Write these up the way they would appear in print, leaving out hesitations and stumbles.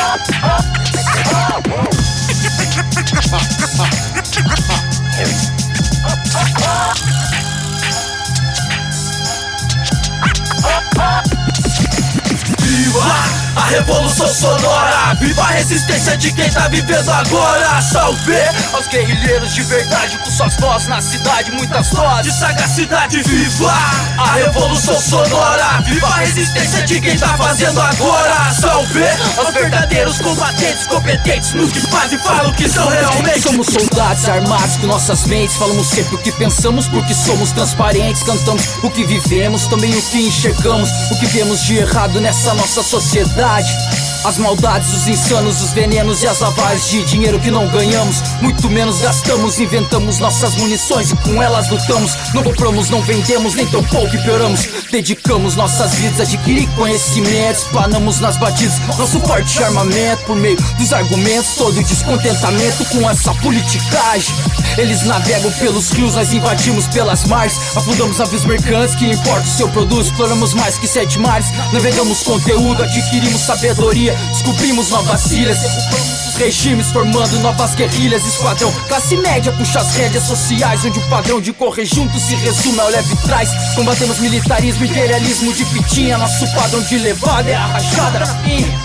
A revolução sonora, viva a resistência de quem tá vivendo agora. Salve aos guerrilheiros de verdade, com suas vozes na cidade, muitas doses de sagacidade. Viva a revolução sonora, viva a resistência de quem tá fazendo agora. Salve aos verdadeiros combatentes, competentes nos que fazem e falam que são realmente. Somos soldados armados com nossas mentes, falamos sempre o que pensamos porque somos transparentes. Cantamos o que vivemos, também o que enxergamos, o que vemos de errado nessa nossa sociedade. As maldades, os insanos, os venenos e as lavagens de dinheiro que não ganhamos, muito menos gastamos. Inventamos nossas munições e com elas lutamos. Não compramos, não vendemos, nem tão pouco pioramos. Dedicamos nossas vidas a adquirir conhecimentos, planamos nas batidas nosso forte armamento. Por meio dos argumentos, todo descontentamento com essa politicagem. Eles navegam pelos rios, nós invadimos pelas mares. Afundamos navios mercantes, que importa o seu produto. Exploramos mais que 7 mares, navegamos conteúdo, adquirimos sabedoria, descobrimos novas ilhas, derrubamos os regimes, formando novas guerrilhas. Esquadrão, classe média, puxa as rédeas sociais, onde o padrão de correr junto se resume ao leve trás. Combatemos militarismo, imperialismo de fitinha, nosso padrão de levada é a rachada na pinha.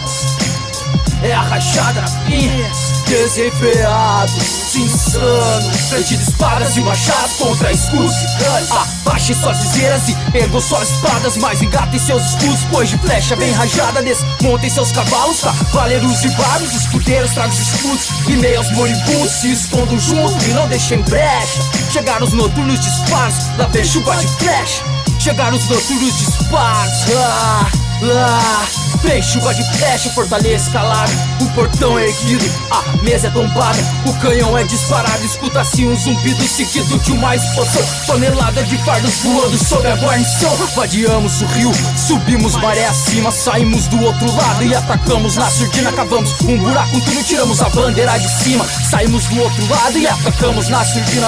É a rachada na pinha. Desenfreados, insanos, frente de espadas e machados contra escudos e danos. Abaixem suas viseiras e ergam suas espadas, mas engatem seus escudos, pois de flecha bem rajada. Desmontem seus cavalos, cavaleiros e bárbaros, escudeiros, tragos escudos e meio aos moribundos. Se escondam junto e não deixem brecha. Chegaram os noturnos disparos, lá vem chuva de flecha. Chegaram os noturnos disparos, vem chuva de flecha, fortaleza escalada, o portão é erguido, a mesa é tombada, o canhão é disparado. Escuta-se um zumbido seguido de uma explosão, tonelada de fardos voando sobre a guarnição. Vadiamos o rio, subimos maré acima, saímos do outro lado e atacamos na surdina. Cavamos um buraco, um túnel, tiramos a bandeira de cima, saímos do outro lado e atacamos na surdina.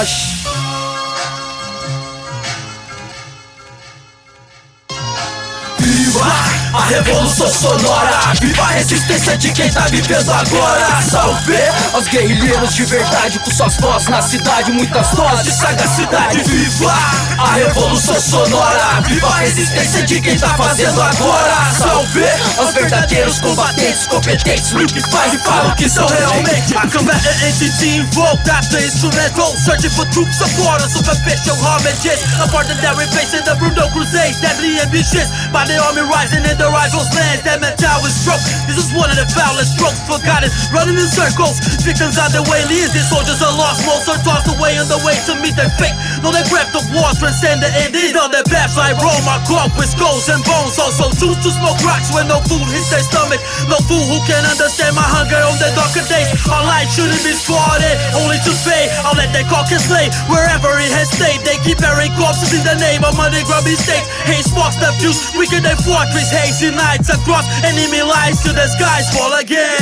A revolução sonora, viva a resistência de quem tá vivendo agora. Salve aos guerrilheiros de verdade, com suas vozes na cidade, muitas doses de sagacidade. Viva a revolução sonora, viva a resistência de quem tá fazendo agora. Salve aos verdadeiros combatentes, competentes no que faz e falam que são realmente. A combatant entity invoked after instrumental, searching for true supporters, superficial homages. A ordinary face in the brutal crusades, deadly ambitious by the army rising in the rivals' lands. That mental is broke. This is one of the foulest strokes, forgotten, running in circles. Victims are the aliens, their soldiers are lost. Most are tossed away on the way to meet their fate. Though they craft of war, transcend the ending. On their paths like Rome, are caught with skulls and bones. Also choose to smoke rocks when no food hits their stomach. No fool who can understand my hunger on the darker days. Our life shouldn't be spotted, only to fade. I'll let that carcass lay wherever it has stayed. They keep burying corpses in the name of money grubbing states. Hate sparks the fuse, weaker than fortress. Hazy nights across enemy lines till the skies fall again.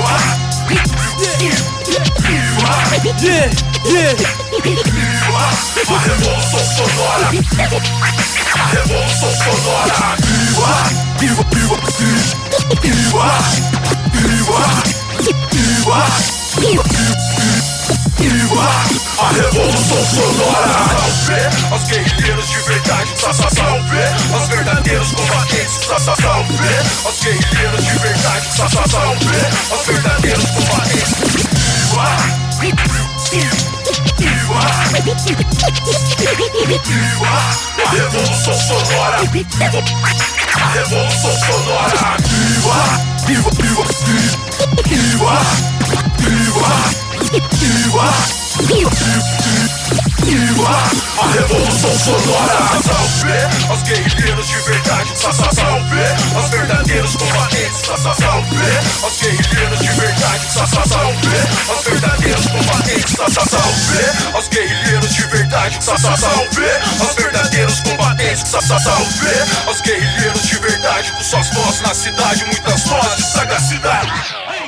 Yeah. A revolução sonora, a revolução sonora. A revolução sonora. Salve aos guerrilheiros de verdade, salve aos verdadeiros combatentes, salve aos guerrilheiros de verdade, salve aos verdadeiros combatentes. A revolução sonora, a revolução sonora. A revolução sonora. Salve aos guerrilheiros de verdade, salve aos verdadeiros combatentes, salve aos guerrilheiros de verdade, salve aos verdadeiros combatentes, salve aos guerrilheiros de verdade, salve aos verdadeiros combatentes, salve aos guerrilheiros de verdade, com suas vozes na cidade, muitas vozes de sagacidade.